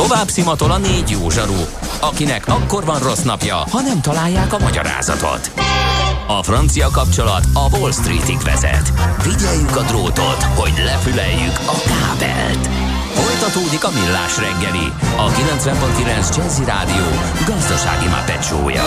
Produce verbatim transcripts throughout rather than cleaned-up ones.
Tovább szimatol a négy jó zsaru, akinek akkor van rossz napja, ha nem találják a magyarázatot. A francia kapcsolat a Wall Streetig vezet. Figyeljük a drótot, hogy lefüleljük a kábelt. Folytatódik a Millás reggeli, a kilencven pont kilenc Jazzy Rádió gazdasági Muppet show-ja.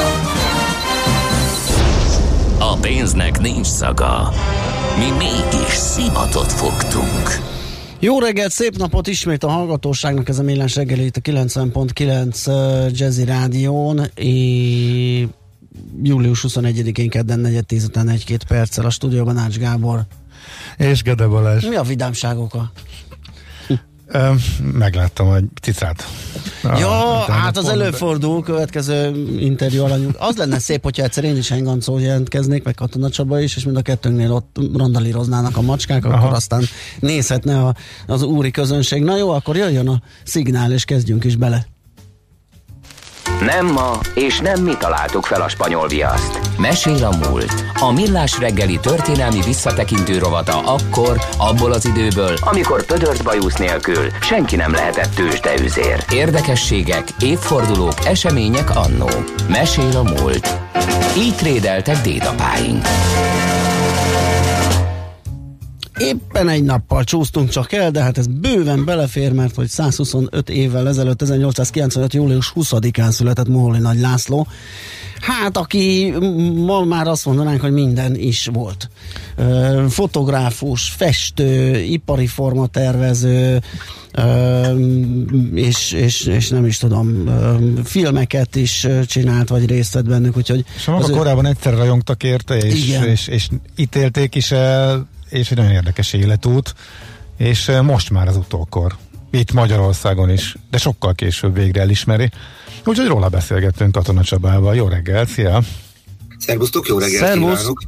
A pénznek nincs szaga. Mi mégis szimatot fogtunk. Jó reggelt, szép napot ismét a hallgatóságnak, ez a Millás reggeli itt a kilencven pont kilenc Jazzy Rádión. É... július huszonegyedikén kedden negyven tíz után egy-két perccel a stúdióban Ács Gábor. És Gede Balázs. Mi a vidámság oka? Megláttam egy cicát. Ja, ah, hát az előfordul, következő interjú alanyunk. Az lenne szép, hogyha egyszer én is Hengancó jelentkeznék, meg Katona Csaba is, és mind a kettőnknél ott randalíroznának a macskák, Aha. akkor aztán nézhetne a, az úri közönség. Na jó, akkor jöjjön a szignál, és kezdjünk is bele. Nem ma, és nem mi találtuk fel a spanyol viaszt. Mesél a múlt. A Millás reggeli történelmi visszatekintő rovata akkor, abból az időből, amikor pödört bajusz nélkül senki nem lehetett tőzsdeüzér. Érdekességek, évfordulók, események annó. Mesél a múlt. Így trédeltek dédapáink. Éppen egy nappal csúsztunk csak el, de hát ez bőven belefér, mert hogy százhuszonöt évvel ezelőtt, ezernyolcszázkilencvenöt. július huszadikán született Moholy Nagy László. Hát, aki ma már azt mondanánk, hogy minden is volt. Fotográfus, festő, ipari formatervező, és, és, és nem is tudom, filmeket is csinált, vagy részt vett bennük, úgyhogy... És maga ő... korábban egyszer rajongtak érte, és, és, és ítélték is el, és egy nagyon érdekes életút, és most már az utókor. Itt Magyarországon is, de sokkal később végre elismeri. Úgyhogy róla beszélgettünk Katona Csabával. Jó reggelt, szia! Szervusztok, jó reggelt kívánok!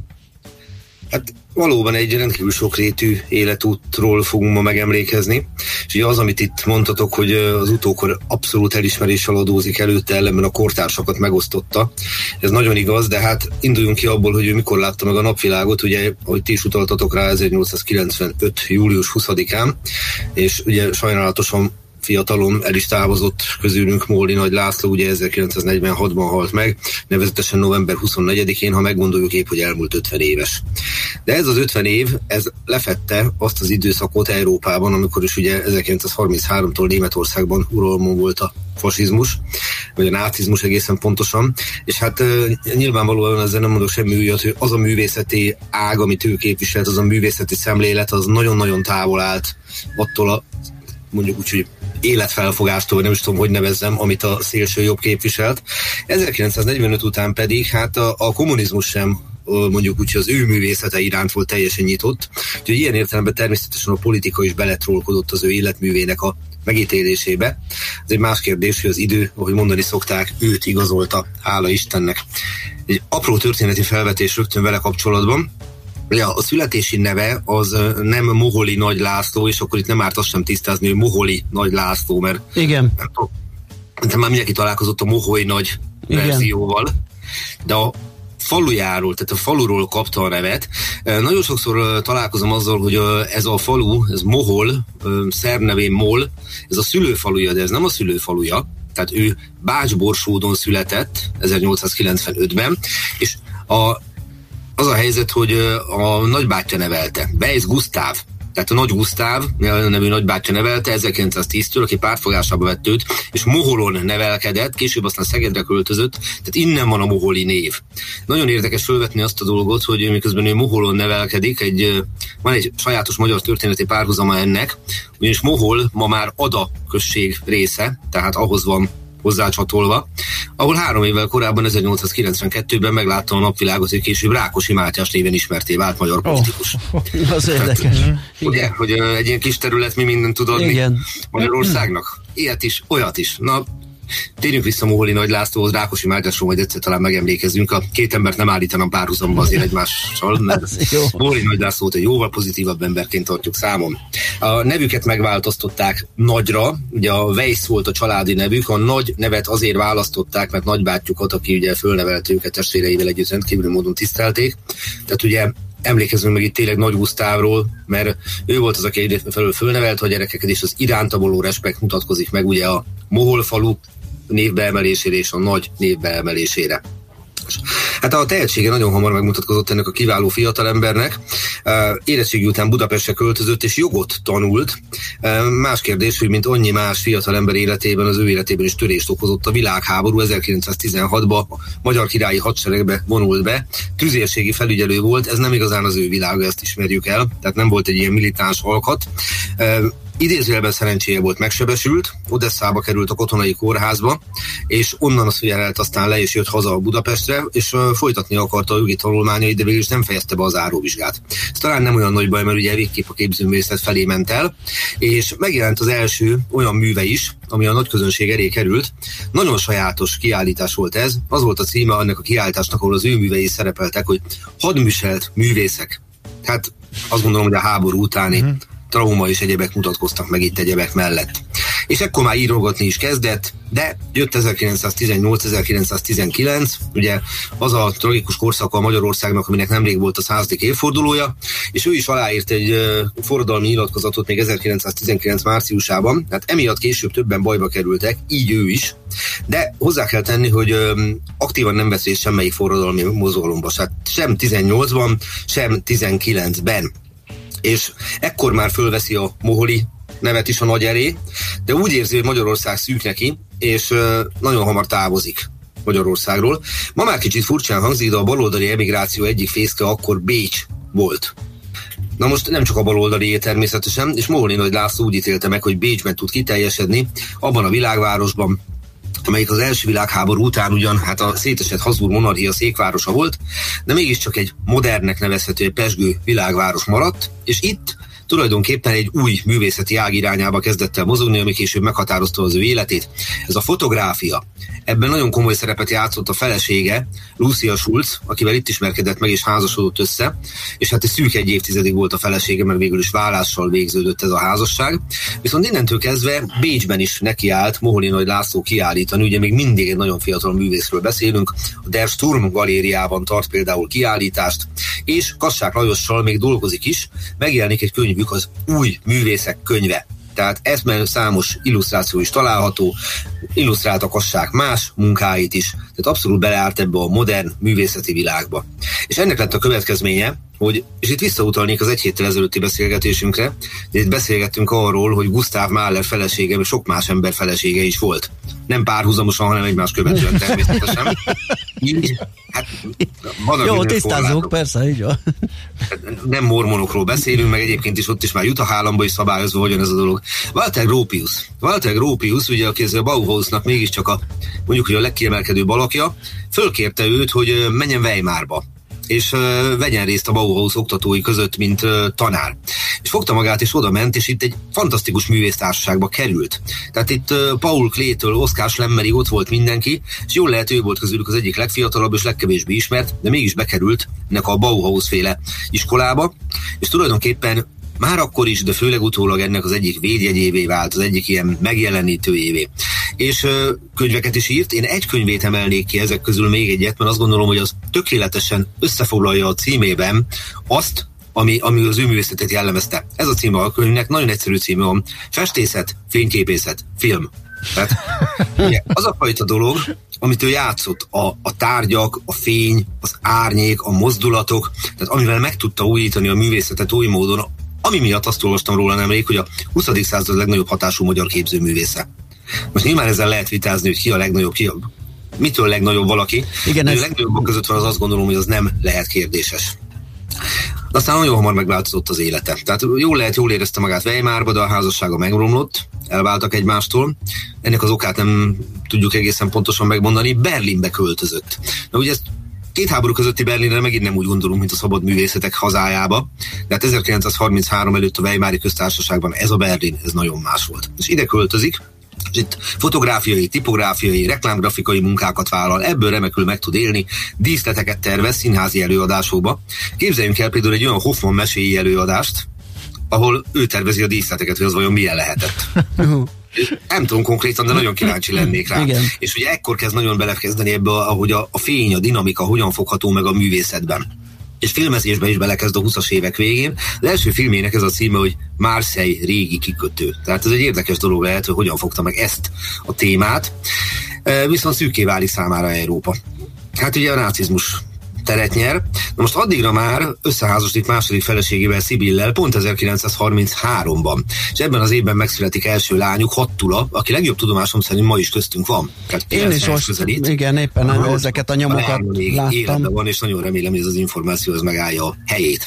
Hát valóban egy rendkívül sokrétű életútról fogunk ma megemlékezni, és ugye az, amit itt mondtatok, hogy az utókor abszolút elismeréssel adózik, előtte ellenben a kortársakat megosztotta. Ez nagyon igaz, de hát induljunk ki abból, hogy ő mikor látta meg a napvilágot, ugye, ahogy ti is utaltatok rá, ezernyolcszázkilencvenöt. július huszadikán, és ugye sajnálatosan fiatalon el is távozott közülünk Moholy Nagy László, ugye ezerkilencszáznegyvenhatban halt meg, nevezetesen november huszonnegyedikén, ha meggondoljuk épp, hogy elmúlt ötven éves. De ez az ötven év, ez lefette azt az időszakot Európában, amikor is ugye ezerkilencszázharmincháromtól Németországban uralmon volt a fasizmus, vagy a nácizmus egészen pontosan, és hát uh, nyilvánvalóan ezzel nem mondok semmi újat, hogy az a művészeti ág, amit ő képviselt, az a művészeti szemlélet, az nagyon-nagyon távol állt attól a mondjuk úgy, hogy életfelfogástól, nem is tudom, hogy nevezzem, amit a szélső jobb képviselt. ezerkilencszáznegyvenöt után pedig hát a, a kommunizmus sem mondjuk úgy, hogy az ő művészete iránt volt teljesen nyitott. Úgyhogy ilyen értelemben természetesen a politika is beletrollkodott az ő életművének a megítélésébe. Ez egy más kérdés, hogy az idő, ahogy mondani szokták, őt igazolta, hála Istennek. Egy apró történeti felvetés rögtön vele kapcsolatban. Ja, a születési neve az nem Moholy Nagy László, és akkor itt nem árt azt sem tisztázni, hogy Moholy Nagy László, mert igen. Nem tudom, már mindenki találkozott a Moholy Nagy Igen. verzióval, de a falujáról, tehát a faluról kapta a nevet. Nagyon sokszor találkozom azzal, hogy ez a falu, ez Mohol, szervnevén Mol, ez a szülőfaluja, de ez nem a szülőfaluja, tehát ő Bács-Borsódon született ezernyolcszázkilencvenötben, és a az a helyzet, hogy a nagybátyja nevelte, Weisz Gusztáv, tehát a Nagy Gusztáv nevű nagybátyja nevelte ezerkilencszáztíztől, aki pártfogásába vett őt, és Moholon nevelkedett, később aztán Szegedre költözött, tehát innen van a Moholy név. Nagyon érdekes felvetni azt a dolgot, hogy miközben ő Moholon nevelkedik, egy, van egy sajátos magyar történeti párhuzama ennek, ugyanis Mohol ma már Ada község része, tehát ahhoz van hozzácsatolva, ahol három évvel korábban, ezernyolcszázkilencvenkettőben meglátta a napvilágot, hogy később Rákosi Mátyás néven ismerté vált magyar politikus. Oh, az érdekes. Tehát, ugye, hogy egy ilyen kis terület mi mindent tud adni Igen. Magyarországnak. Ilyet is, olyat is. Na, térjünk vissza Moholy Nagy Lászlóhoz, Rákosi Mátyásról majd egyszer talán megemlékezünk. A két embert nem állítanám párhuzamba azért egymással, mert Moholy Nagy Lászlót egy jóval pozitívabb emberként tartjuk számon. A nevüket megváltoztatták Nagyra, ugye a Weisz volt a családi nevük, a Nagy nevet azért választották, mert nagybátyjukat, aki ugye fölnevelte őket testvéreivel együtt rendkívül módon tisztelték. Tehát ugye emlékezzünk meg itt tényleg Nagy Gusztávról, mert ő volt az, aki egyrészt felől fölnevelt a gyerekeket, és az iránta való respekt mutatkozik meg ugye a Mohol falu névbeemelésére és a Nagy névbeemelésére. Hát a tehetsége nagyon hamar megmutatkozott ennek a kiváló fiatalembernek. Érettségi után Budapestre költözött és jogot tanult. Más kérdés, hogy mint annyi más fiatalember életében, az ő életében is törést okozott a világháború. ezerkilencszáztizenhatban a Magyar Királyi Hadseregbe vonult be. Tüzérségi felügyelő volt, ez nem igazán az ő világa, ezt ismerjük el. Tehát nem volt egy ilyen militáns alkat. Idézőjelben szerencséje volt, megsebesült, Odesszába került a katonai kórházba, és onnan azt figyelelt aztán le, és jött haza a Budapestre, és uh, folytatni akarta a jogi tanulmányait, de végül is nem fejezte be az záróvizsgát. Ez talán nem olyan nagy baj, mert ugye végképp a képzőművészet felé ment el, és megjelent az első olyan műve is, ami a nagy közönség elé került. Nagyon sajátos kiállítás volt ez, az volt a címe annak a kiállításnak, ahol az ő művei szerepeltek, hogy hadműselt művészek. Hát azt gondolom, hogy a háború utáni mm. trauma és egyebek mutatkoztak meg itt egyebek mellett. És ekkor már írogatni is kezdett, de jött ezerkilencszáztizennyolc ezerkilencszáztizenkilenc, ugye az a tragikus korszaka a Magyarországnak, aminek nemrég volt a századik évfordulója, és ő is aláírt egy uh, forradalmi nyilatkozatot még ezerkilencszáztizenkilenc márciusában, hát emiatt később többen bajba kerültek, így ő is, de hozzá kell tenni, hogy um, aktívan nem vesz részt semmelyik forradalmi mozgalomba, hát sem tizennyolcban, sem tizenkilencben. És ekkor már fölveszi a moholi nevet is a nagy elé, de úgy érzi, hogy Magyarország szűk neki, és uh, nagyon hamar távozik Magyarországról. Ma már kicsit furcsán hangzik, de a baloldali emigráció egyik fészke akkor Bécs volt. Na most nem csak a baloldali természetesen, és Moholi Nagy László úgy ítélte meg, hogy Bécsben tud kiteljesedni, abban a világvárosban, amelyik az első világháború után ugyan hát a szétesett Habsburg monarchia székvárosa volt, de mégiscsak egy modernnek nevezhető, egy pezsgő világváros maradt, és itt tulajdonképpen egy új művészeti ág irányába kezdett el mozogni, ami később meghatározta az ő életét. Ez a fotográfia. Ebben nagyon komoly szerepet játszott a felesége, Lucia Schulz, akivel itt ismerkedett meg és házasodott össze, és hát egy szűk egy évtizedig volt a felesége, mert végül is válással végződött ez a házasság. Viszont innentől kezdve Bécsben is nekiállt Moholi Nagy László kiállítani, ugye még mindig egy nagyon fiatal művészről beszélünk, a Der Sturm galériában tart például kiállítást, és Kassák Lajossal még dolgozik is, megjelenik egy könyvük, az Új Művészek könyve. Tehát ezben számos illusztráció is található, illusztrálta Kassák más munkáit is, tehát abszolút beleállt ebbe a modern művészeti világba. És ennek lett a következménye, hogy, és itt visszautalnék az egy héttel ezelőtti beszélgetésünkre, de itt beszélgettünk arról, hogy Gustav Mahler felesége, és sok más ember felesége is volt. Nem párhuzamosan, hanem egymás követően természetesen. Így, hát, jó, tisztázzuk, persze, így van. Nem mormonokról beszélünk, meg egyébként is ott is már Utah államba is szabályozva hogyan ez a dolog. Walter Gropius. Walter Gropius, ugye, aki a Bauhausnak mégiscsak a, mondjuk, hogy a legkiemelkedőbb alakja, fölkérte őt, hogy menjen Weimarba, és uh, vegyen részt a Bauhaus oktatói között, mint uh, tanár. És fogta magát, és oda ment, és itt egy fantasztikus művésztársaságba került. Tehát itt uh, Paul Klee-től Oskar Schlemmerig ott volt mindenki, és jól lehet, ő volt közülük az egyik legfiatalabb és legkevésbé ismert, de mégis bekerült ennek a Bauhaus-féle iskolába, és tulajdonképpen már akkor is, de főleg utólag ennek az egyik védjegyévé vált, az egyik ilyen megjelenítőjévé. És ö, könyveket is írt. Én egy könyvét emelnék ki ezek közül még egyet, mert azt gondolom, hogy az tökéletesen összefoglalja a címében azt, ami, ami az ő művészetet jellemezte. Ez a címe a könyvnek, nagyon egyszerű címe van. Festészet, fényképészet, film. Tehát, ugye, az a fajta dolog, amit ő játszott, a, a tárgyak, a fény, az árnyék, a mozdulatok, tehát amivel meg tudta újítani a művészetet oly módon, ami miatt azt olvastam róla nemrég, hogy a huszadik század legnagyobb hatású magyar képzőművésze. Most nyilván ezzel lehet vitázni, hogy ki a legnagyobb, ki a... mitől legnagyobb valaki. Igen, ez... a legnagyobbak között van, az azt gondolom, hogy az nem lehet kérdéses. De aztán nagyon hamar megváltozott az élete. Tehát jól lehet, jól érezte magát Weimarba, de a házassága megromlott, elváltak egymástól. Ennek az okát nem tudjuk egészen pontosan megmondani. Berlinbe költözött. Na ugye ezt két háború közötti Berlinre megint nem úgy gondolunk, mint a szabad művészetek hazájába, de hát ezerkilencszázharminchárom előtt a Weimari Köztársaságban ez a Berlin, ez nagyon más volt. És ide költözik, és itt fotográfiai, tipográfiai, reklámgrafikai munkákat vállal, ebből remekül meg tud élni, díszleteket tervez színházi előadásokba. Képzeljünk el például egy olyan Hoffmann meséi előadást, ahol ő tervezi a díszleteket, hogy az vajon milyen lehetett. Nem tudom konkrétan, de nagyon kíváncsi lennék rá. Igen. És ugye ekkor kezd nagyon belekezdeni ebbe, ahogy a, a fény, a dinamika hogyan fogható meg a művészetben. és filmezésben is belekezd a húszas évek végén. Az első filmének ez a címe, hogy Marseille régi kikötő. Tehát ez egy érdekes dolog lehet, hogy hogyan fogta meg ezt a témát. Viszont szűkké válik számára Európa. Hát ugye a nácizmus teret nyer. Na most addigra már összeházasodik második feleségével, Szibillel, pont ezerkilencszázharminchárom-ban. És ebben az évben megszületik első lányuk, Hattula, aki legjobb tudomásom szerint ma is köztünk van. Én is most, közelít. Igen, éppen ah, ezeket a nyomokat láttam. Életben van, és nagyon remélem, hogy ez az információ az megállja a helyét.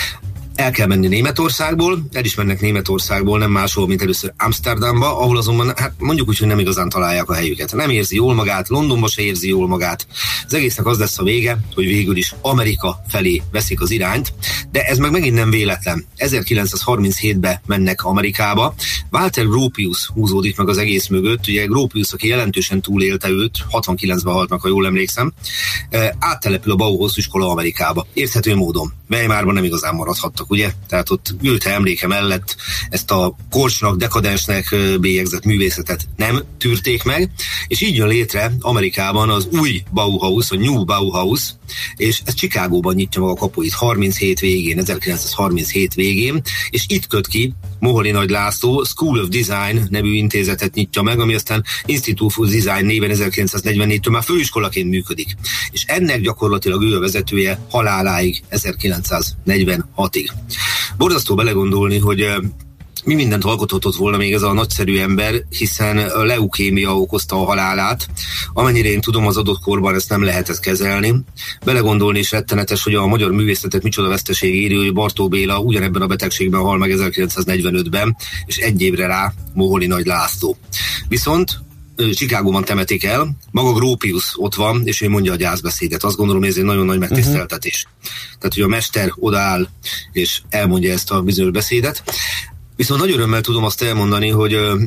El kell menni Németországból, el is mennek Németországból, nem máshol, mint először Amsterdamba, ahol azonban, hát mondjuk úgy, hogy nem igazán találják a helyüket. Nem érzi jól magát, Londonba se érzi jól magát. Az egésznek az lesz a vége, hogy végül is Amerika felé veszik az irányt, de ez meg megint nem véletlen. ezerkilencszázharminchétben mennek Amerikába. Walter Gropius húzódik meg az egész mögött, ugye Gropius, aki jelentősen túlélte őt, hatvankilencben halt meg, ha jól emlékszem, áttelepül a Bauhaus iskola Amerikába. Érthető módon. Weimarban nem igazán maradhattak, ugye? Tehát ott Goethe emléke mellett ezt a korcsnak, dekadensnek bélyegzett művészetet nem tűrték meg, és így jön létre Amerikában az új Bauhaus, a New Bauhaus, és ez Chicagóban nyitja meg a kapuit harminchét végén, ezerkilencszázharminchét végén, és itt köt ki Moholy Nagy László School of Design nevű intézetet nyitja meg, ami aztán Institute of Design néven ezerkilencszáznegyvennégytől már főiskolaként működik. És ennek gyakorlatilag ő a vezetője haláláig, ezerkilencszáznegyvenhatig. Borzasztó belegondolni, hogy mi mindent alkothatott volna még ez a nagyszerű ember, hiszen a leukémia okozta a halálát. Amennyire én tudom, az adott korban ezt nem lehetett kezelni. Belegondolni is rettenetes, hogy a magyar művészetet micsoda veszteség éri, hogy Bartók Béla ugyanebben a betegségben hal meg ezerkilencszáznegyvenötben, és egy évre rá Moholy Nagy László. Viszont Chicagóban temetik el, maga Gropius ott van, és ő mondja a gyászbeszédet. Azt gondolom, hogy ez egy nagyon nagy megtiszteltetés. Uh-huh. Tehát, hogy a mester odaáll, és elmondja ezt a bizonyos beszédet. Viszont nagy örömmel tudom azt elmondani, hogy uh,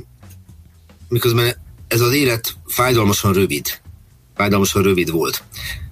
miközben ez az élet fájdalmasan rövid, fájdalmasan rövid volt.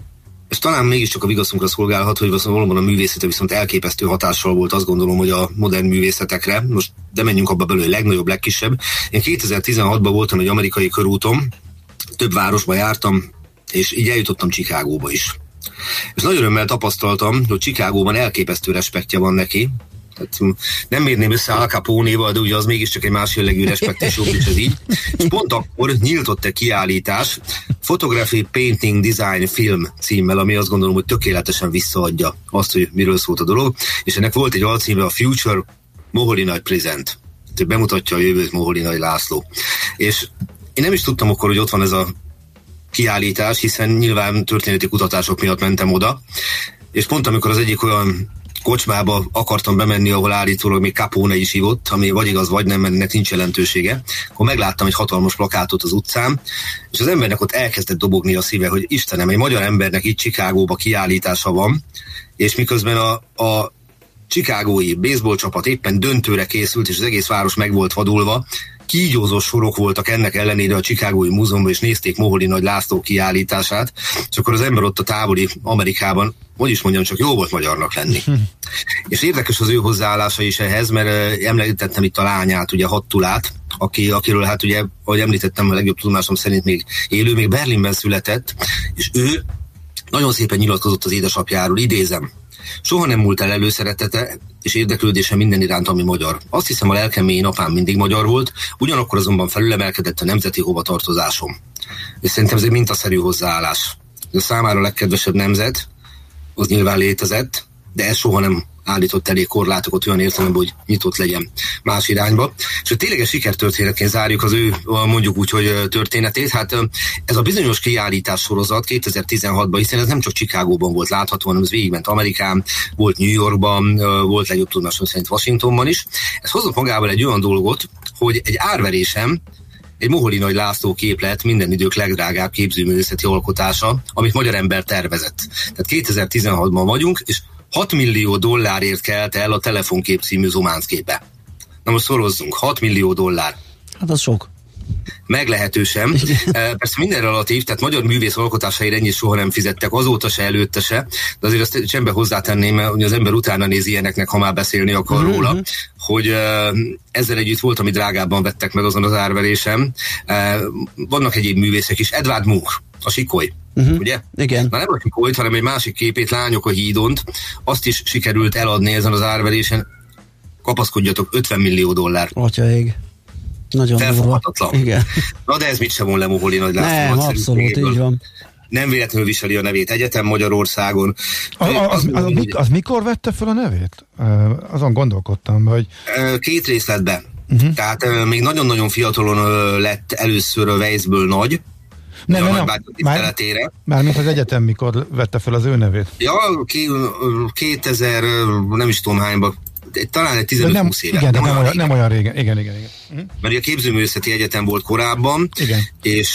És talán mégiscsak a vigaszunkra szolgálhat, hogy valóban a művészete viszont elképesztő hatással volt, azt gondolom, hogy a modern művészetekre. Most de menjünk abba belőle, legnagyobb, legkisebb. Én kétezer-tizenhatban voltam egy amerikai körúton, több városba jártam, és így eljutottam Chicagóba is. És nagy örömmel tapasztaltam, hogy Chicagóban elképesztő respektje van neki. Tehát nem mérném össze Al Capone-val, de ugye az mégiscsak egy más jellegű respekt, és jobb is ez így. És pont akkor nyíltott egy kiállítás, Photography, Painting, Design, Film címmel, ami azt gondolom, hogy tökéletesen visszaadja azt, hogy miről szólt a dolog, és ennek volt egy alcíme, a Future Moholy Nagy Present. Tehát bemutatja a jövőt Moholy Nagy László. És én nem is tudtam akkor, hogy ott van ez a kiállítás, hiszen nyilván történeti kutatások miatt mentem oda, és pont amikor az egyik olyan kocsmába akartam bemenni, ahol állítólag még Capone is ivott, ami vagy igaz, vagy nem, ennek nincs jelentősége, akkor megláttam egy hatalmas plakátot az utcán, és az embernek ott elkezdett dobogni a szíve, hogy Istenem, egy magyar embernek itt Chicagóba kiállítása van, és miközben a, a chicagói baseball csapat éppen döntőre készült, és az egész város meg volt vadulva, kígyózó sorok voltak ennek ellenére a Chicagói Múzeumban, és nézték Moholy Nagy László kiállítását, és akkor az ember ott a távoli Amerikában, hogy is mondjam, csak jó volt magyarnak lenni. És érdekes az ő hozzáállása is ehhez, mert említettem itt a lányát, ugye Hattulát, aki, akiről hát ugye, ahogy említettem, a legjobb tudomásom szerint még élő, még Berlinben született, és ő nagyon szépen nyilatkozott az édesapjáról, idézem: soha nem múlt el előszeretete és érdeklődése minden iránt, ami magyar. Azt hiszem, a lelkem mélyén apám mindig magyar volt, ugyanakkor azonban felülemelkedett a nemzeti hovatartozásom. És szerintem ez egy mintaszerű hozzáállás. A számára a legkedvesebb nemzet, az nyilván létezett, de ez soha nem állított elég korlátokat olyan értelemben, hogy nyitott legyen más irányba. És a tényleges sikertörténetként zárjuk az ő, mondjuk úgy, hogy történetét. Hát ez a bizonyos kiállítás sorozat kétezer-tizenhatban, hiszen ez nem csak Chicagóban volt látható, hanem ez végigment Amerikán, volt New Yorkban, volt legjobb tudomásom szerint Washingtonban is. Ez hozott magával egy olyan dolgot, hogy egy árverésem egy Moholy Nagy László képlet minden idők legdrágább képzőművészeti alkotása, amit magyar ember tervezett. Tehát kétezer-tizenhatban vagyunk, és hat millió dollárért kelt el a Telefonkép című Zománszképe. Na most szorozzunk, hat millió dollár. Hát az sok. Meglehetősen. Persze minden relatív, tehát magyar művész alkotásaira ennyit soha nem fizettek, azóta se, előtte se, de azért azt csembe hozzátenném, hogy az ember utána néz ilyeneknek, ha már beszélni akar mm-hmm. róla, hogy ezzel együtt volt, ami drágábban vettek meg azon az árverésem. Vannak egyéb művészek is. Edvard Munch, a Sikoly. Uh-huh. Ugye? Igen. Na nem a Sikolyt, hanem egy másik képét, Lányok a hídont, azt is sikerült eladni ezen az árverésen. Kapaszkodjatok, ötven millió dollár. Atyaég. Nagyon felfoghatatlan. Igen. Na de ez mit sem von le Moholi Nagy László. Nem, abszolút, így van. Nem véletlenül viseli a nevét egyetem Magyarországon. A, a, az, az, az, az mikor vette fel a nevét? Uh, azon gondolkodtam, hogy... Két részletben. Uh-huh. Tehát uh, még nagyon-nagyon fiatalon uh, lett először a Weissből nagy. Nem, nem, nem. Már, mármint az egyetem mikor vette fel az ő nevét? Ja, kétezer, nem is tudom hányban, talán egy tizenöt-húsz éve. Igen, nem, nem, olyan, nem olyan régen. Igen, igen, igen. Uh-huh. Mert a Képzőművészeti Egyetem volt korábban, igen. És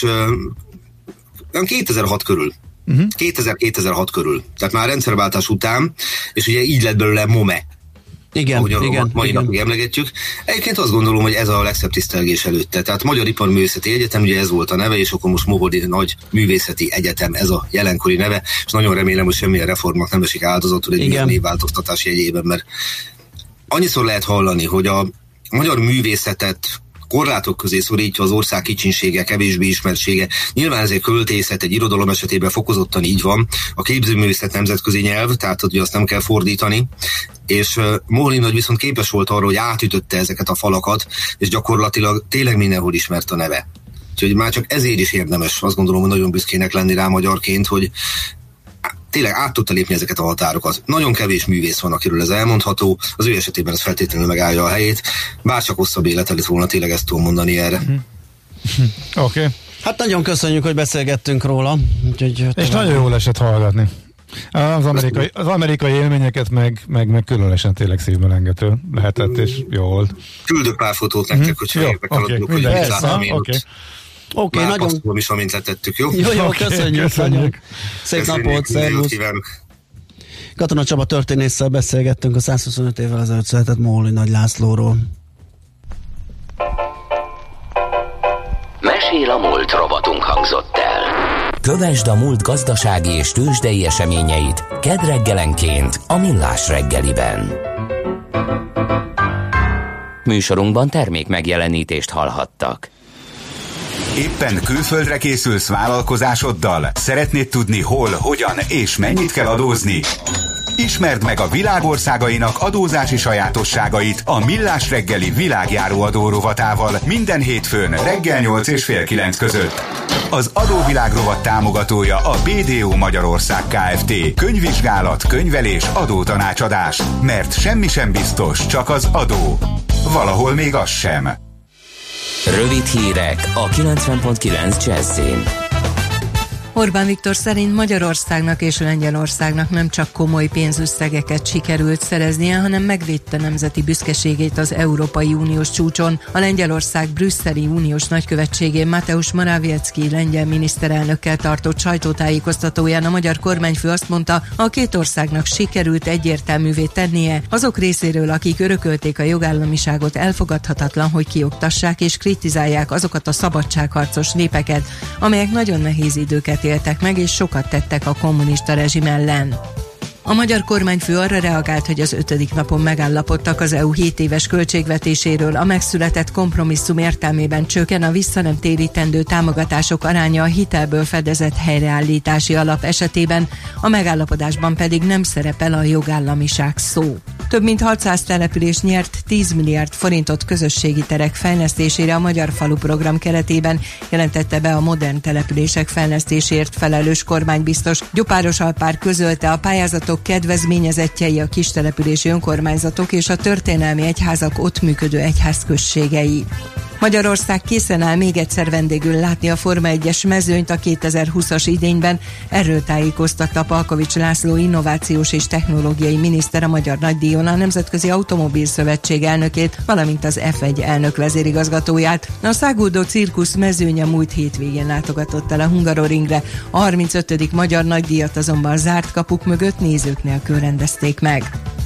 uh, kétezer-hat körül. Uh-huh. kétezer-kétezer-hat körül. Tehát már rendszerváltás után, és ugye így lett belőle MOME. Igen, ahogy igen, mai igen. napig emlegetjük. Egyébként azt gondolom, hogy ez a legszebb tisztelgés előtte. Tehát Magyar Iparművészeti Egyetem, ugye ez volt a neve, és akkor most Moholi Nagy Művészeti Egyetem, ez a jelenkori neve, és nagyon remélem, hogy semmilyen reformnak nem esik áldozatul egy ilyen névváltoztatás jegyében, mert annyiszor lehet hallani, hogy a magyar művészetet korlátok közé szorítja az ország kicsinsége, kevésbé ismertsége. Nyilván ez egy költészet, egy irodalom esetében fokozottan így van. A képzőművészet nemzetközi nyelv, tehát hogy azt nem kell fordítani. És uh, Moholi Nagy viszont képes volt arra, hogy átütötte ezeket a falakat, és gyakorlatilag tényleg mindenhol ismert a neve. Úgyhogy már csak ezért is érdemes, azt gondolom, hogy nagyon büszkének lenni rá magyarként, hogy tényleg át tudta lépni ezeket a határokat. Nagyon kevés művész van, akiről ez elmondható, az ő esetében ez feltétlenül megállja a helyét, bár csak hosszabb élete lett volna, tényleg ezt tudom mondani erre. Mm-hmm. Oké. Okay. Hát nagyon köszönjük, hogy beszélgettünk róla. Úgyhogy és nagyon jól esett hallgatni. Az amerikai, az amerikai élményeket meg, meg, meg különösen tényleg szívmelengető lehetett, és jó volt. Küldök pár fotót nektek, mm-hmm. hogyha érdekelődök, hogy mit láttam én ott. Oké, okay, nagyon... Már is, amint letettük, jó? Jó, jó, köszönjük. köszönjük. Szép köszönjük, napot, szervusz. Katona Csaba történésszel beszélgettünk a százhuszonöt évvel ezelőtt született Moholi Nagy Lászlóról. Mesél a múlt rovatunk hangzott el. Kövesd a múlt gazdasági és tőzsdei eseményeit kedd reggelenként a Millás reggeliben. Műsorunkban termék megjelenítést hallhattak. Éppen külföldre készülsz vállalkozásoddal? Szeretnéd tudni hol, hogyan és mennyit kell adózni? Ismerd meg a világ országainak adózási sajátosságait a Millás reggeli világjáró adó rovatával minden hétfőn reggel nyolc és fél kilenc között. Az adóvilág rovat támogatója a bé dé o Magyarország Kft. Könyvvizsgálat, könyvelés, adótanácsadás. Mert semmi sem biztos, csak az adó. Valahol még az sem. Rövid hírek a kilencven pont kilenc Jazzin. Orbán Viktor szerint Magyarországnak és Lengyelországnak nem csak komoly pénzösszegeket sikerült szereznie, hanem megvédte nemzeti büszkeségét az Európai Uniós csúcson. A Lengyelország brüsszeli uniós nagykövetségén Mateusz Morawiecki lengyel miniszterelnökkel tartott sajtótájékoztatóján a magyar kormányfő azt mondta, a két országnak sikerült egyértelművé tennie azok részéről, akik örökölték a jogállamiságot, elfogadhatatlan, hogy kioktassák és kritizálják azokat a szabadságharcos népeket, amelyek nagyon nehéz időket éltek meg, és sokat tettek a kommunista rezsim ellen. A magyar kormányfő arra reagált, hogy az ötödik napon megállapodtak az é u hét éves költségvetéséről. A megszületett kompromisszum értelmében csökken a vissza nem térítendő támogatások aránya a hitelből fedezett helyreállítási alap esetében, a megállapodásban pedig nem szerepel a jogállamiság szó. Több mint hatszáz település nyert tíz milliárd forintot közösségi terek fejlesztésére a Magyar Falu program keretében, jelentette be a modern települések fejlesztésért felelős kormánybiztos. Gyopáros Alpár közölte, a pályázatok kedvezményezettjei a kistelepülési önkormányzatok és a történelmi egyházak ott működő egyházközségei. Magyarország készen áll még egyszer vendégül látni a Forma egyes mezőnyt a kétezer-húszas idényben, erről tájékoztatta Palkovics László innovációs és technológiai miniszter a Magyar Nagydíjon a Nemzetközi Automobil Szövetség elnökét, valamint az ef egy elnök vezérigazgatóját. A száguldó cirkusz mezőnye múlt hétvégén látogatott el a Hungaroringre, a harmincötödik Magyar Nagydíjat azonban zárt kapuk mögött nézők nélkül rendezték meg.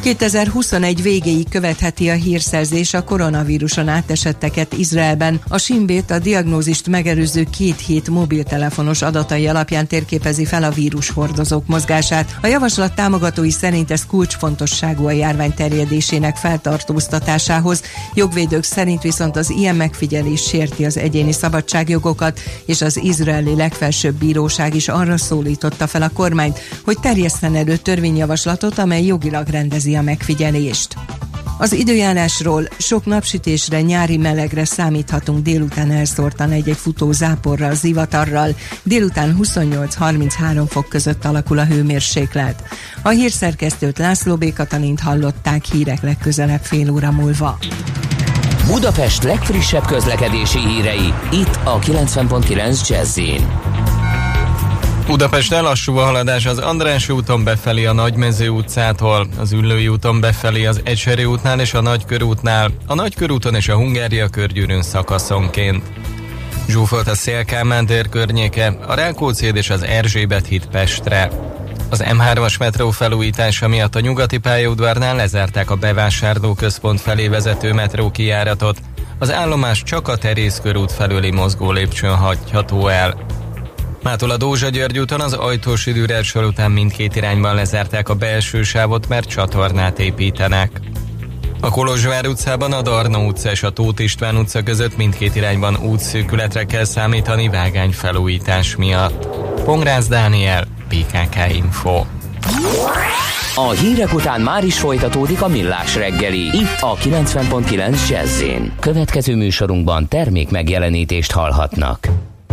kétezer-huszonegy végéig követheti a hírszerzés a koronavíruson átesetteket Izraelben. A Shinbét a diagnózist megelőző két hét mobiltelefonos adatai alapján térképezi fel a vírushordozók mozgását. A javaslat támogatói szerint ez kulcsfontosságú a járvány terjedésének feltartóztatásához. Jogvédők szerint viszont az ilyen megfigyelés sérti az egyéni szabadságjogokat, és az izraeli legfelsőbb bíróság is arra szólította fel a kormányt, hogy terjesszen elő törvényjavaslatot, amely jogilag rendezi a megfigyelést. Az időjárásról: sok napsütésre, nyári melegre számíthatunk, délután elszórtan egy-egy futó záporral, zivatarral, délután huszonnyolc-harminchárom fok között alakul a hőmérséklet. A hírszerkesztőt, László B. Katalint hallották, hírek legközelebb fél óra múlva. Budapest legfrissebb közlekedési hírei, itt a kilencven pont kilenc Jazz-in. Budapesten lassú a haladás az Andrássy úton befelé a Nagymező utcától, az Üllői úton befelé az Ecseri útnál és a Nagykörútnál, a Nagykörúton és a Hungária körgyűrűn szakaszonként. Zsúfolt a Széll-Kálmán tér környéke, a Rákóczi híd és az Erzsébet híd Pestre. Az em hármas metró felújítása miatt a Nyugati pályaudvarnál lezárták a bevásárlóközpont felé vezető metró kijáratot, az állomás csak a Terész körút felüli mozgó lépcsőn hagyható el. Mától a Dózsa-György úton az Ajtósi Dürer sor után mindkét irányban lezárták a belső sávot, mert csatornát építenek. A Kolozsvár utcában a Darnó utca és a Tóth István utca között mindkét irányban útszűkületre kell számítani vágányfelújítás miatt. Pongrász Dániel, bé ká ká Info. A hírek után már is folytatódik a Millás reggeli, itt a kilencven pont kilenc Jazz-in. Következő műsorunkban termék megjelenítést hallhatnak.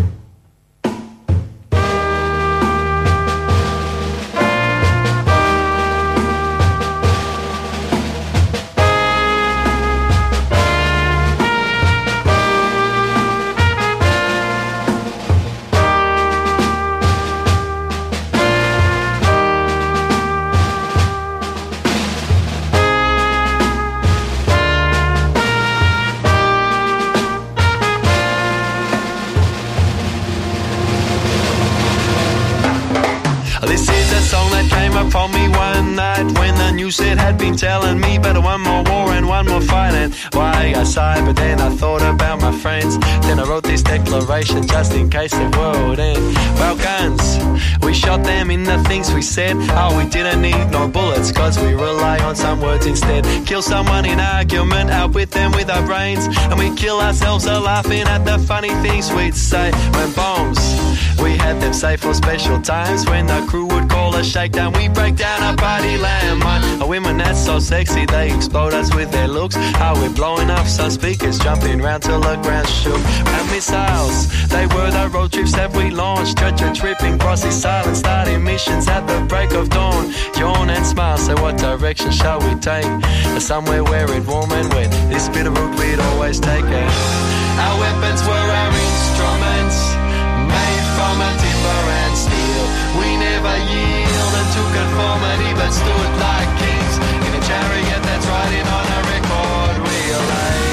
It had been telling me better one more war and one more fight, and why I sighed, but then I thought about my friends. Then I wrote this declaration just in case the world end. Well, guns, we shot them in the things we said. Oh, we didn't need no bullets, cause we rely on some words instead. Kill someone in argument, outwit them with our brains, and we kill ourselves a laughing at the funny things we'd say. When bombs, we had them safe for special times. When the crew would call a shakedown, we break down a party landmine. A women that's so sexy, they explode us with their looks. How we're blowing up some speakers, jumping round till the ground shook. And missiles, they were the road trips that we launched. Church and tripping, crossing silence, starting missions at the break of dawn. Yawn and smile, say what direction shall we take? Somewhere where it warm and wet, this bit of route we'd always take it. Our weapons were our instruments, made from a timber and steel. We never yielded to conformity, but stood like kings in a chariot that's riding on a record wheel.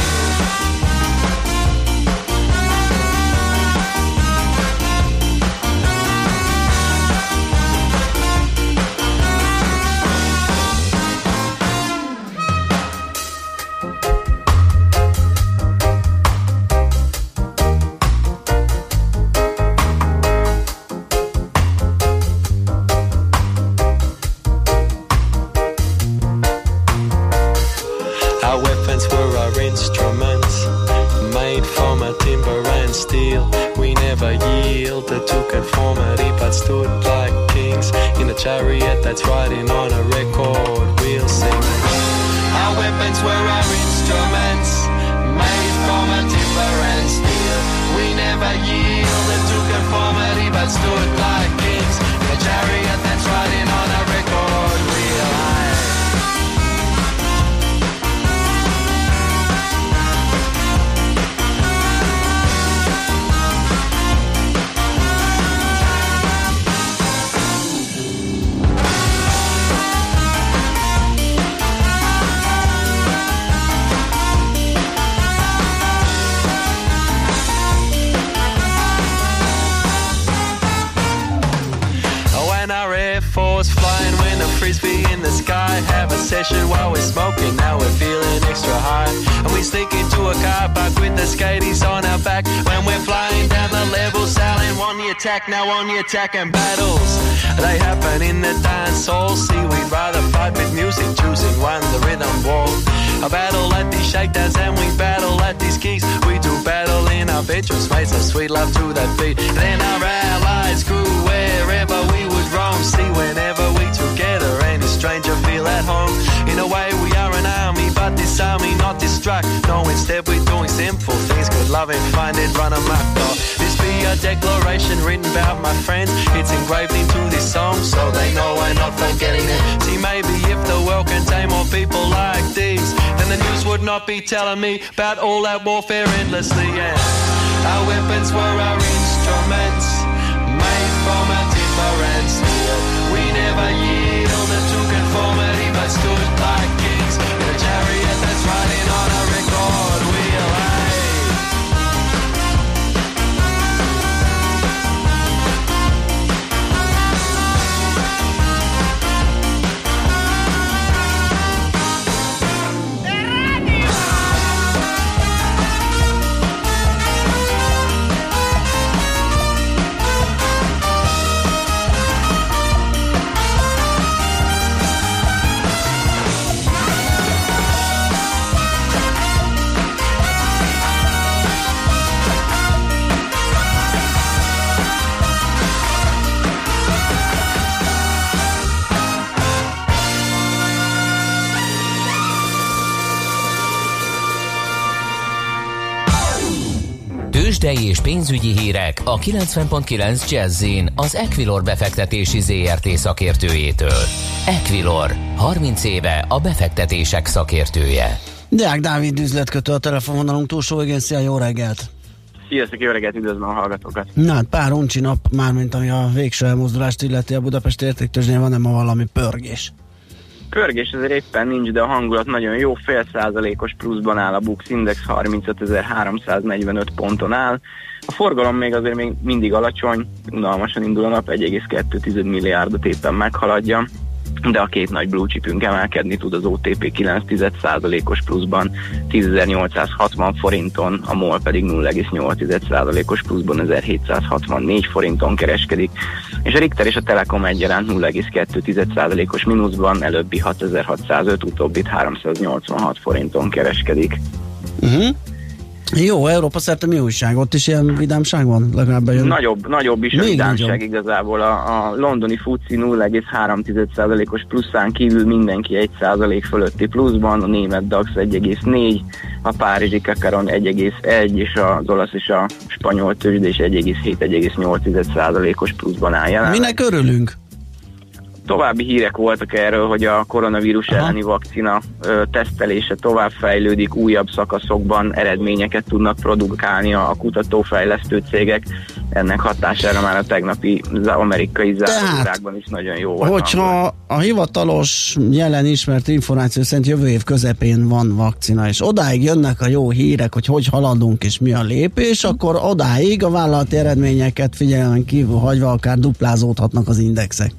Chariot that's riding on a record wheel, sing. Our weapons were our instruments, made from a timber and steel. We never yielded to conformity, but stood like kings in a chariot that's riding on a record wheel. Frisbee in the the sky. Have a session while we're smoking, now we're feeling extra high. And we sneak into a car park with the skaties on our back. When we're flying down the level, sailing on the attack, now on the attack. And battles, they happen in the dance hall. See, we'd rather fight with music, choosing one, the rhythm wall. A battle at these shakedowns and we battle at these gigs. We do battle in our bedrooms, made some sweet love to that beat. Then our allies grew wherever we would roam. See, whenever we together, ain't a stranger feel at home. In a way we are an army, but this army not distract. No, instead we're doing simple things, good loving, find it, run amok. Oh, this be a declaration written about my friends. It's engraved into this song, so they know we're not forgetting it. See, maybe if the world contained more people like these, then the news would not be telling me about all that warfare endlessly. Yeah, our weapons were our instruments, made from a different steel. We never yielded to conformity, but stood like kings in a chariot that's riding on a record wheel. Tőzsdei és pénzügyi hírek a kilencven pont kilenc Jazz-in az Equilor befektetési zé er té szakértőjétől. Equilor, harminc éve a befektetések szakértője. Deák Dávid üzletkötő a telefonvonalunk túlsó, igen, szia, jó reggelt! Sziasztok, jó reggelt, üdvözlöm a hallgatókat! Na hát pár uncsi nap, mármint ami a végső elmozdulást illeti a Budapesti Értéktőzsdén, van-e ma valami pörgés? Pörgés azért éppen nincs, de a hangulat nagyon jó, fél százalékos pluszban áll a Bux Index, harmincötezer-háromszáznegyvenöt ponton áll. A forgalom még azért még mindig alacsony, unalmasan indul a nap, egy egész kettő milliárdot éppen meghaladja, de a két nagy blue chipünk emelkedni tud, az o té pé kilenc százalékos pluszban tízezer-nyolcszázhatvan forinton, a MOL pedig nulla egész nyolc százalékos pluszban ezerhétszázhatvannégy forinton kereskedik, és a Richter és a Telekom egyaránt nulla egész kettő százalékos mínuszban, előbbi hatezer-hatszázöt, utóbbit háromszáznyolcvanhat forinton kereskedik. Uh-huh. Jó, Európa szerte mi újság? Ott is ilyen vidámság van? Legalább bejön. Nagyobb, nagyobb is a Még vidámság nagyobb. Igazából. A, a londoni fuci nulla egész három százalékos pluszán kívül mindenki egy százalék fölötti pluszban, a német DAX egy egész négy, a párizsi Kakaron egy egész egy, és az olasz és a spanyol tőzsde is egy egész hét - egy egész nyolc százalékos pluszban áll jelenleg. Minek örülünk? További hírek voltak erről, hogy a koronavírus Aha. elleni vakcina ö, tesztelése tovább fejlődik, újabb szakaszokban eredményeket tudnak produkálni a, a kutatófejlesztő cégek. Ennek hatására már a tegnapi az amerikai zárórákban is nagyon jó volt. Hogyha a hivatalos jelen ismert információ szerint jövő év közepén van vakcina, és odáig jönnek a jó hírek, hogy hogy haladunk és mi a lépés, akkor odáig a vállalati eredményeket figyelmen kívül hagyva akár duplázódhatnak az indexek.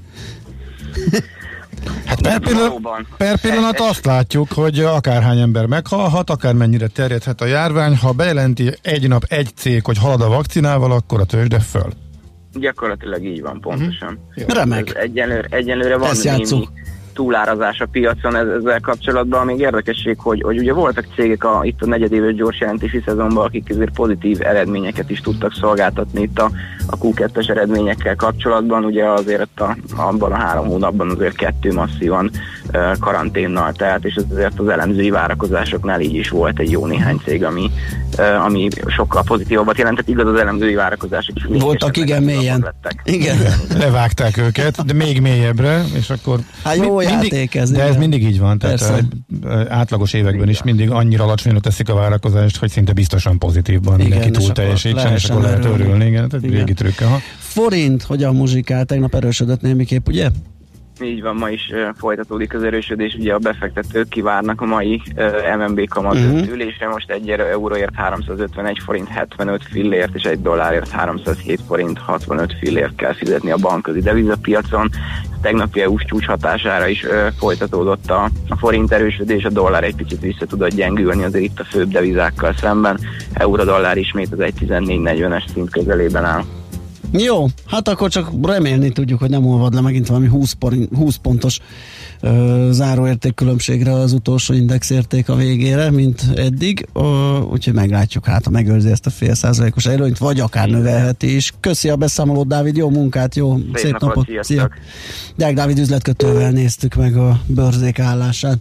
Hát per, pillanat, per pillanat azt látjuk, hogy akárhány ember meghalhat, akármennyire terjedhet a járvány, ha bejelenti egy nap egy cég, hogy halad a vakcinával, akkor a tőzsde föl. Gyakorlatilag így van, pontosan. Uh-huh. Remek. Egyenlőre, egyenlőre van némi túlárazás a piacon ezzel kapcsolatban. Még érdekesség, hogy, hogy ugye voltak cégek a, itt a negyedéves gyors jelentési szezonban, akik azért pozitív eredményeket is tudtak szolgáltatni itt a, a kú kettes eredményekkel kapcsolatban. Ugye azért a, abban a három hónapban azért kettő masszívan uh, karanténnal telt, és azért az elemzői várakozásoknál így is volt egy jó néhány cég, ami, uh, ami sokkal pozitívabbat jelentett. Igaz, az elemzői várakozások is voltak, igen, mélyen. Igen. Levágták őket, de még mélyebbre, és akkor hát jó mindig, de ez mindig így van, tehát a, a, átlagos években igen. is mindig annyira alacsonyra teszik a várakozást, hogy szinte biztosan pozitívban igen, mindenki túl teljesítsen, és akkor lehet örülni. Igen, tehát régi trükk. Aha. Forint, hogyan muzsikál, tegnap erősödött némiképp, ugye? Így van, ma is uh, folytatódik az erősödés, ugye a befektetők kivárnak a mai uh, em en bé kamat uh-huh. ülésre, most egy euróért háromszázötvenegy forint hetvenöt fillért, és egy dollárért háromszázhét forint hatvanöt fillért kell fizetni a bankközi devizapiacon. Tegnapi é u-s csúcs hatására is uh, folytatódott a, a forint erősödés, a dollár egy picit vissza tudott gyengülni, azért itt a főbb devizákkal szemben. Euró-dollár ismét az egy tizennégy negyvenes szint közelében áll. Jó, hát akkor csak remélni tudjuk, hogy nem olvad le megint valami húsz, porint, húsz pontos ö, záróértékkülönbségre az utolsó indexérték a végére, mint eddig, ö, úgyhogy meglátjuk, hát ha megőrzi ezt a fél százalékos előnyt, vagy akár növelheti is. Köszi a beszámolót, Dávid, jó munkát, jó, szép, szép napot, napot. Szia! Deák Dávid üzletkötővel néztük meg a bőrzék állását.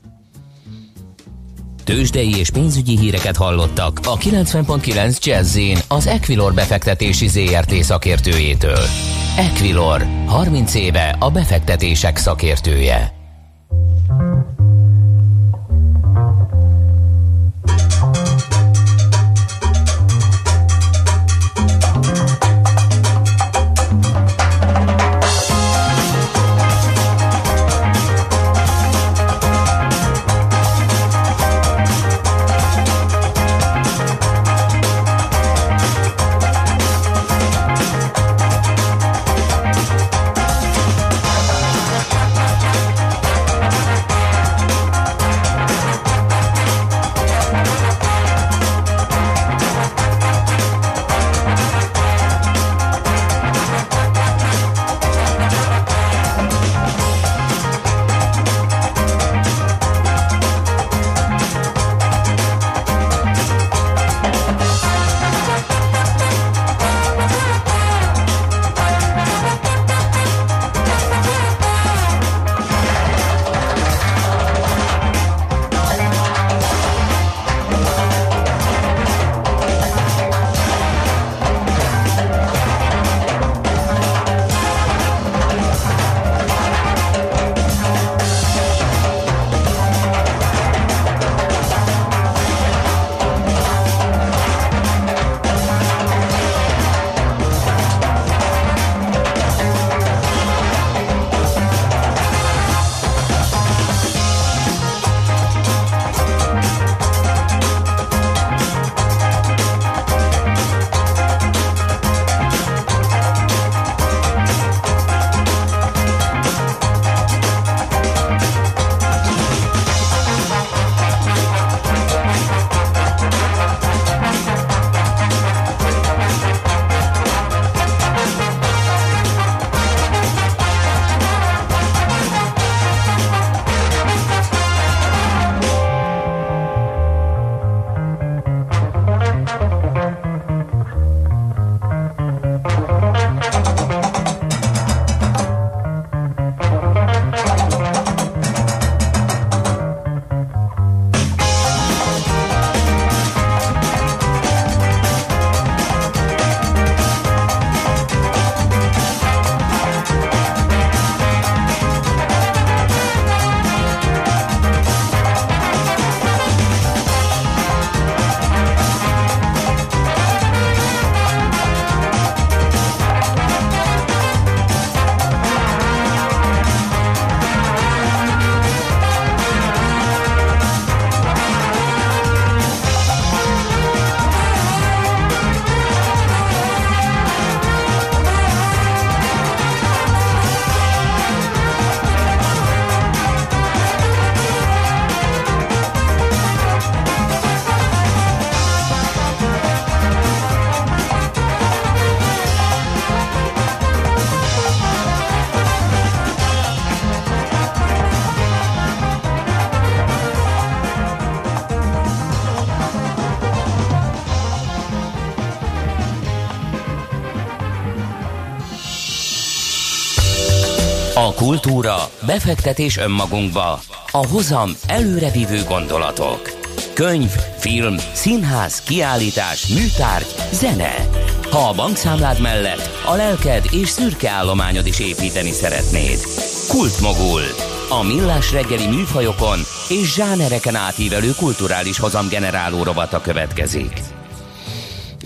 Tőzsdei és pénzügyi híreket hallottak a kilencven pont kilenc Jazz-in az Equilor befektetési zé er té szakértőjétől. Equilor, harminc éve a befektetések szakértője. A kultúra, befektetés önmagunkba, a hozam előrevívő gondolatok. Könyv, film, színház, kiállítás, műtárgy, zene. Ha a bankszámlád mellett a lelked és szürke állományod is építeni szeretnéd. Kultmogul. A millás reggeli műfajokon és zsánereken átívelő kulturális hozamgeneráló rovata következik.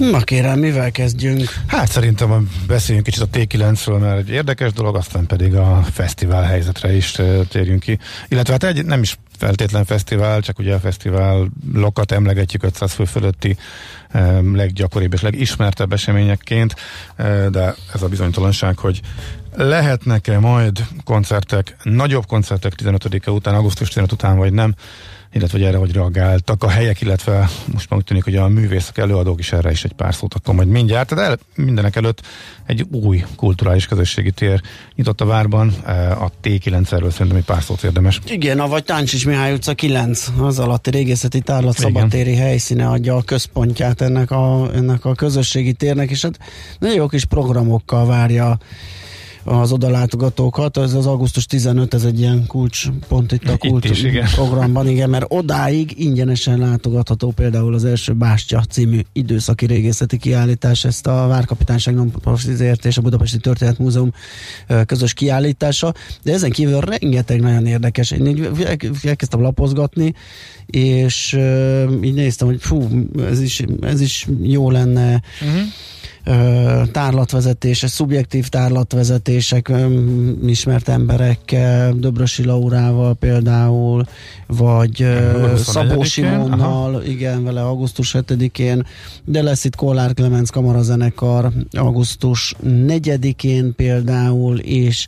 Na kérem, mivel kezdjünk? Hát szerintem beszéljünk kicsit a té kilencről, mert egy érdekes dolog, aztán pedig a fesztivál helyzetre is térjünk ki. Illetve hát egy, nem is feltétlen fesztivál, csak ugye a fesztiválokat emlegetjük ötszáz fő fölötti leggyakoribb és legismertebb eseményekként, de ez a bizonytalanság, hogy lehetnek-e majd koncertek, nagyobb koncertek tizenötödike után, augusztus tizenötödike után, vagy nem, illetve hogy erre hogy reagáltak a helyek, illetve most már úgy tűnik, hogy a művészek, előadók is erre is egy pár szót akkor majd mindjárt. De el, mindenek előtt egy új kulturális közösségi tér nyitott a várban, a té kilencről szerintem egy pár szót érdemes. Igen, avagy Táncsis Mihály utca kilenc, az alatti régészeti tárlat szabadtéri helyszíne adja a központját ennek a, ennek a közösségi térnek, és hát nagyon jó kis programokkal várja az odalátogatókat. Ez az augusztus tizenötödike, ez egy ilyen kulcspont itt a kulcs itt is, igen. programban, igen, mert odáig ingyenesen látogatható például az első Bástya című időszaki régészeti kiállítás, ezt a Várkapitányság Non-Profit és a Budapesti Történetmúzeum közös kiállítása, de ezen kívül rengeteg nagyon érdekes. Én így elkezdtem lapozgatni, és így néztem, hogy fú, ez is, ez is jó lenne. Uh-huh. Tárlatvezetése, szubjektív tárlatvezetések ismert emberekkel, Döbrösi Laurával például, vagy Szabó Simonnal, igen, vele augusztus hetedikén, de lesz itt Kollár Klemenc kamarazenekar augusztus negyedikén például, és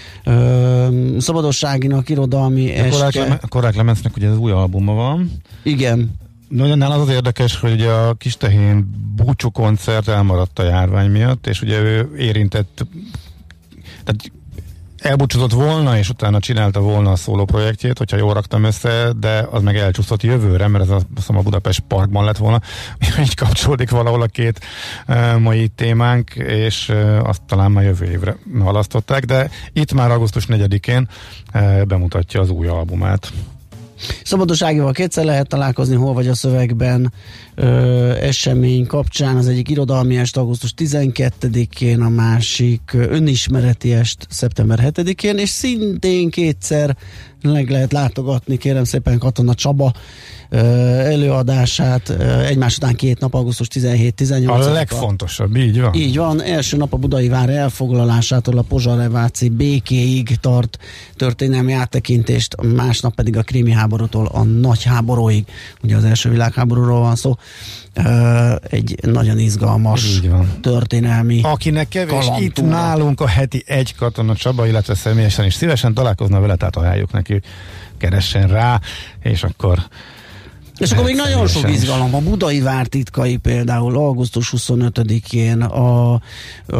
Uh, Szabadosságinak irodalmi este. A Kollár Klemencnek ugye az új albuma van. Igen. Nagyon az az érdekes, hogy ugye a Kistehén búcsú koncert elmaradt a járvány miatt, és ugye ő érintett, tehát elbúcsúzott volna, és utána csinálta volna a szóló projektjét, hogyha jól raktam össze, de az meg elcsúszott jövőre, mert ez a, a Budapest Parkban lett volna. Így kapcsolódik valahol a két uh, mai témánk, és uh, azt talán már jövő évre halasztották, de itt már augusztus negyedikén uh, bemutatja az új albumát. Szabadosságival kétszer lehet találkozni, hol vagy a szövegben ö, esemény kapcsán, az egyik irodalmi est augusztus tizenkettedikén, a másik önismereti est szeptember hetedikén, és szintén kétszer meg lehet látogatni, kérem szépen, Katona Csaba ö, előadását, ö, egymás után két nap, augusztus tizenhét tizennyolc. A legfontosabb, így van. Így van, első nap a Budai vár elfoglalásától a Pozsareváci békéig tart történelmi áttekintést, másnap pedig a krími háborútól a nagy háborúig, ugye az első világháborúról van szó, ö, egy nagyon izgalmas történelmi akinek kevés kalantúra. Itt nálunk a heti egy Katona Csaba, illetve személyesen is szívesen találkozna vele, tehát ajánljuk neki, keressen rá, és akkor és akkor még nagyon sok izgalom. A Budai vár titkai például augusztus huszonötödikén, a, a,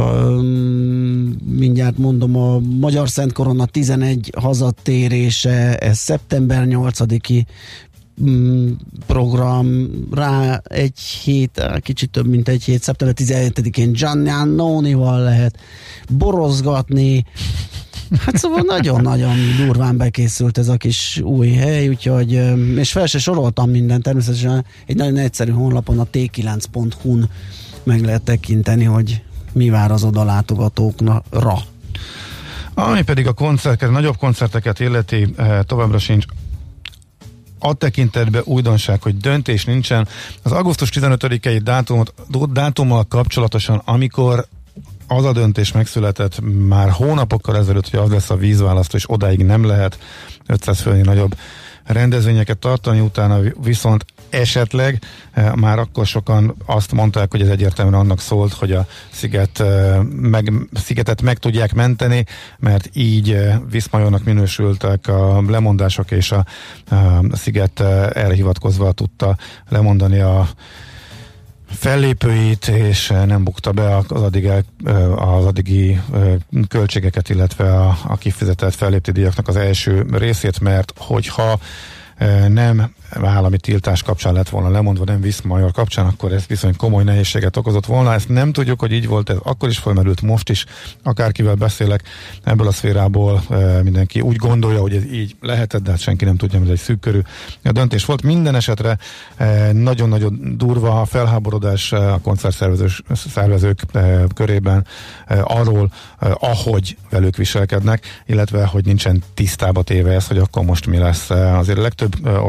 mindjárt mondom, a Magyar Szent Korona tizenegy hazatérése, ez szeptember nyolcadiki program, rá egy hét, kicsit több mint egy hét, szeptember tizenhetedikén Giannonival lehet borozgatni. Hát szóval nagyon-nagyon durván bekészült ez a kis új hely, úgyhogy, és fel se soroltam mindent, természetesen egy nagyon egyszerű honlapon, a té kilenc pont hu-n meg lehet tekinteni, hogy mi vár az odalátogatókra. Ami pedig a koncerteket, nagyobb koncerteket illeti, továbbra sincs a tekintetben újdonság, hogy döntés nincsen. Az augusztus tizenötödikei dátumot, dátummal kapcsolatosan, amikor az a döntés megszületett már hónapokkal ezelőtt, hogy az lesz a vízválasztó, és odáig nem lehet ötszáz főnél nagyobb rendezvényeket tartani, utána viszont esetleg eh, már akkor sokan azt mondták, hogy ez egyértelműen annak szólt, hogy a sziget, eh, meg, szigetet meg tudják menteni, mert így eh, viszmajornak minősültek a lemondások, és a, a sziget eh, erre hivatkozva tudta lemondani a fellépőit, és nem bukta be az, addig el, az addigi költségeket, illetve a, a kifizetett fellépti díjaknak az első részét, mert hogyha nem állami tiltás kapcsán lett volna lemondva, nem Viszmajor kapcsán, akkor ez viszont komoly nehézséget okozott volna. Ezt nem tudjuk, hogy így volt, ez akkor is felmerült, most is, akárkivel beszélek ebből a szférából, mindenki úgy gondolja, hogy ez így lehetett, de hát senki nem tudja, hogy ez egy szűk körű döntés volt. Minden esetre nagyon-nagyon durva a felháborodás a koncertszervezők körében arról, ahogy velük viselkednek, illetve hogy nincsen tisztába téve ez, hogy akkor most mi lesz. Azért a legtöbb országban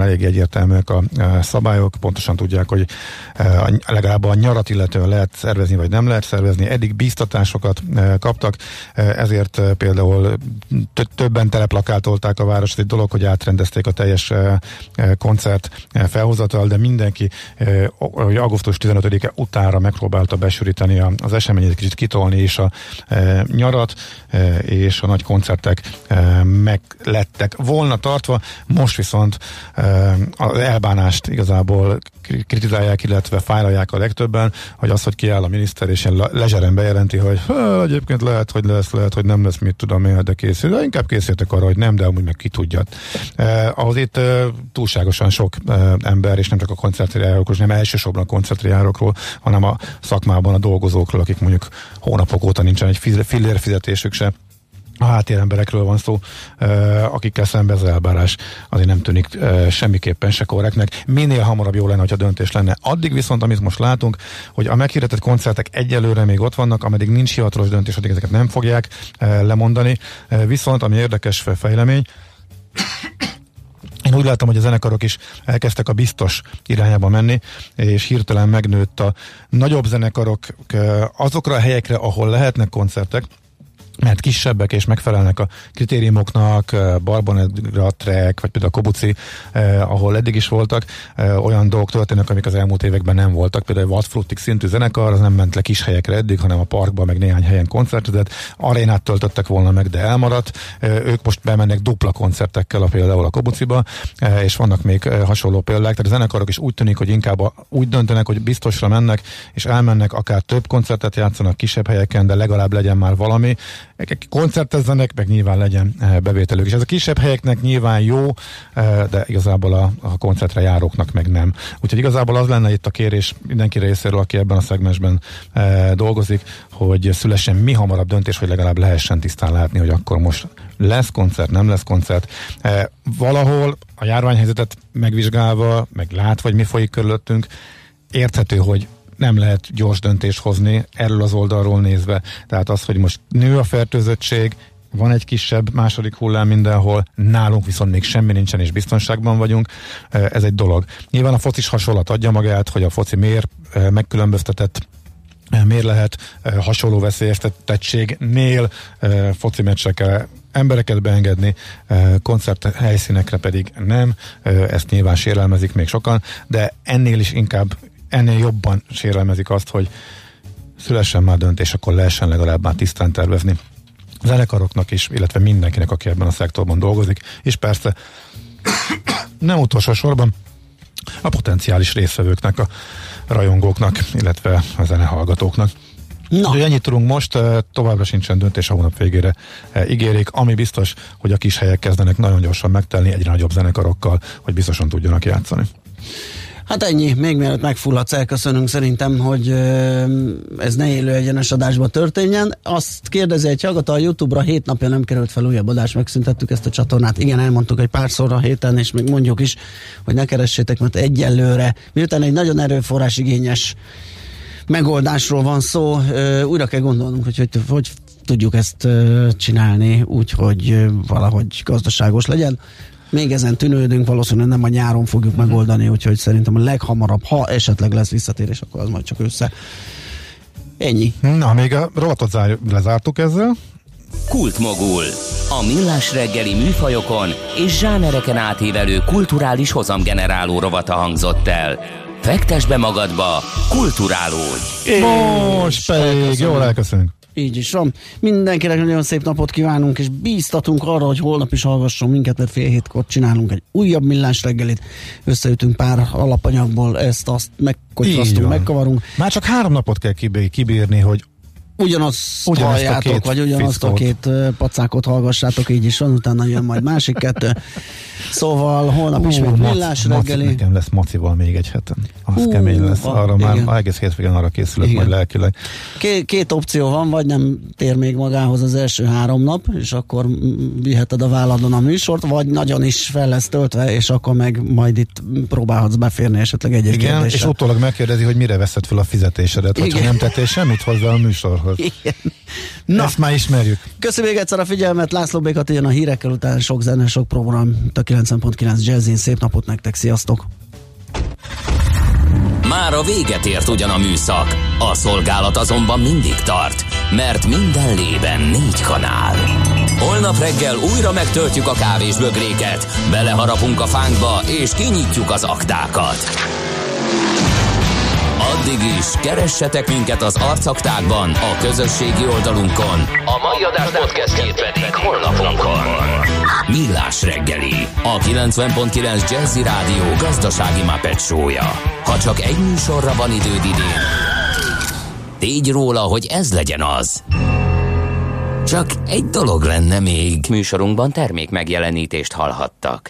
elég egyértelműek a szabályok, pontosan tudják, hogy legalább a nyarat illetően lehet szervezni, vagy nem lehet szervezni. Eddig bíztatásokat kaptak, ezért például többen teleplakátolták a város. Egy dolog, hogy átrendezték a teljes koncert felhozatal, de mindenki augusztus tizenötödike utánra megpróbálta besűríteni az eseményet, kicsit kitolni is a nyarat, és a nagy koncertek meg lettek volna tartva. Most viszont az elbánást igazából kritizálják, illetve fájlalják a legtöbben, hogy az, hogy kiáll a miniszter, és ilyen lezseren bejelenti, hogy egyébként lehet, hogy lesz, lehet, hogy nem lesz, mit tudom én, de készül. De inkább készültek arra, hogy nem, de amúgy meg ki tudja. Eh, ahhoz itt eh, túlságosan sok eh, ember, és nem csak a koncertre járókról, nem elsősorban a koncertre járókról, hanem a szakmában a dolgozókról, akik mondjuk hónapok óta nincsen egy fillér fizetésük se. A háttéremberekről van szó, uh, akikkel szemben az elbárás azért nem tűnik uh, semmiképpen se korrektnek. Minél hamarabb jó lenne, hogyha döntés lenne. Addig viszont, amit most látunk, hogy a meghirdetett koncertek egyelőre még ott vannak, ameddig nincs hivatalos döntés, addig ezeket nem fogják uh, lemondani. Uh, viszont, ami érdekes fejlemény, én úgy látom, hogy a zenekarok is elkezdtek a biztos irányába menni, és hirtelen megnőtt a nagyobb zenekarok uh, azokra a helyekre, ahol lehetnek koncertek, mert kisebbek és megfelelnek a kritériumoknak, Barbonegra, Trek, vagy például a Kobuci, eh, ahol eddig is voltak, eh, olyan dolgok történnek, amik az elmúlt években nem voltak. Például a Vadfluttig szintű zenekar, az nem ment le kis helyekre eddig, hanem a parkba, meg néhány helyen koncertezett. Arénát töltöttek volna meg, de elmaradt. Eh, ők most bemennek dupla koncertekkel, a például a Kobuciba, eh, és vannak még eh, hasonló példák. Tehát a zenekarok is úgy tűnik, hogy inkább a, úgy döntenek, hogy biztosra mennek, és elmennek, akár több koncertet játszanak kisebb helyeken, de legalább legyen már valami. Koncertezzenek, meg nyilván legyen bevételük. És ez a kisebb helyeknek nyilván jó, de igazából a, a koncertre járóknak meg nem. Úgyhogy igazából az lenne itt a kérés mindenki részéről, aki ebben a szegmensben e, dolgozik, hogy szülessen mi hamarabb döntés, hogy legalább lehessen tisztán látni, hogy akkor most lesz koncert, nem lesz koncert. E, valahol a járványhelyzetet megvizsgálva, meg látva, hogy mi folyik körülöttünk, érthető, hogy nem lehet gyors döntést hozni erről az oldalról nézve. Tehát az, hogy most nő a fertőzöttség, van egy kisebb második hullám mindenhol, nálunk viszont még semmi nincsen és biztonságban vagyunk, ez egy dolog. Nyilván a focis hasonlat adja magát, hogy a foci miért megkülönböztetett, miért lehet hasonló veszélyeztetettségnél foci meccsekre embereket beengedni, koncert helyszínekre pedig nem, ezt nyilván sérelmezik még sokan, de ennél is inkább ennél jobban sérelmezik azt, hogy szülessen már döntés, akkor lehessen legalább már tisztán tervezni zenekaroknak is, illetve mindenkinek, aki ebben a szektorban dolgozik, és persze nem utolsó sorban a potenciális résztvevőknek, a rajongóknak, illetve a zenehallgatóknak. Na. Úgyhogy ennyit tudunk most, továbbra sincsen döntés, a hónap végére ígérik, ami biztos, hogy a kis helyek kezdenek nagyon gyorsan megtelni egyre nagyobb zenekarokkal, hogy biztosan tudjanak játszani. Hát ennyi, még mielőtt megfulladsz, elköszönünk szerintem, hogy ez ne élő egyenes adásban történjen. Azt kérdezi egy hallgató, a YouTube-ra hét napja nem került fel újabb adás, megszüntettük ezt a csatornát. Igen, elmondtuk egy párszor a héten, és még mondjuk is, hogy ne keressétek, mert egyelőre, miután egy nagyon erőforrásigényes megoldásról van szó, újra kell gondolnunk, hogy hogy, hogy tudjuk ezt csinálni úgy, hogy valahogy gazdaságos legyen. Még ezen tűnődünk, valószínűleg nem a nyáron fogjuk megoldani, úgyhogy szerintem a leghamarabb, ha esetleg lesz visszatérés, akkor az majd csak össze. Ennyi. Na, még a rovatot zár, lezártuk ezzel. Kultmogul. A millás reggeli műfajokon és zsánereken átívelő kulturális hozamgeneráló rovata hangzott el. Fektess be magadba, kulturálódj! Most pedig jól elköszönünk. Így is van. Mindenkinek nagyon szép napot kívánunk, és bíztatunk arra, hogy holnap is hallgasson minket, mert fél hétkor csinálunk egy újabb millás reggelit. Összeütünk pár alapanyagból, ezt, azt megkotyvasztunk, megkavarunk. Már csak három napot kell kibírni, hogy ugyanazt ugyanazt halljátok, vagy ugyanazt fiszkót. A két pacákot hallgassátok, így is van, utána jön majd másik kettő. Szóval holnap uh, ismét millás reggeli. Maci, nekem lesz Macival még egy heten. Az uh, kemény lesz. Arra a, már igen. Egész hétvégén arra készülök majd lelkileg. Két, két opció van, vagy nem tér még magához az első három nap, és akkor viheted a válladon a műsort, vagy nagyon is fel lesz töltve, és akkor meg majd itt próbálhatsz beférni esetleg egy-egy igen, kérdéssel. És utólag megkérdezi, hogy mire veszed fel a fizetésedet, hogyha nem tettél semmit hozzá a műsorhoz. magához. Igen. Na, ezt már ismerjük. Köszönjük még egyszer a figyelmet, László B. Kati jön a hírekkel, után sok zene, sok program, a kilencven pont kilenc Jazzin. Szép napot nektek, sziasztok! Már a véget ért ugyan a műszak, a szolgálat azonban mindig tart, mert minden lében négy kanál. Holnap reggel újra megtöltjük a kávésbögréket, beleharapunk a fánkba és kinyitjuk az aktákat. Addig is keressetek minket az arcaktákban, a közösségi oldalunkon. A mai adás podcastjét pedig honlapunkon. Millás reggeli, a kilencven pont kilenc Jazzy Rádió gazdasági Muppet show-ja. Ha csak egy műsorra van időd idén, tégy róla, hogy ez legyen az. Csak egy dolog lenne még. Műsorunkban termék megjelenítést hallhattak.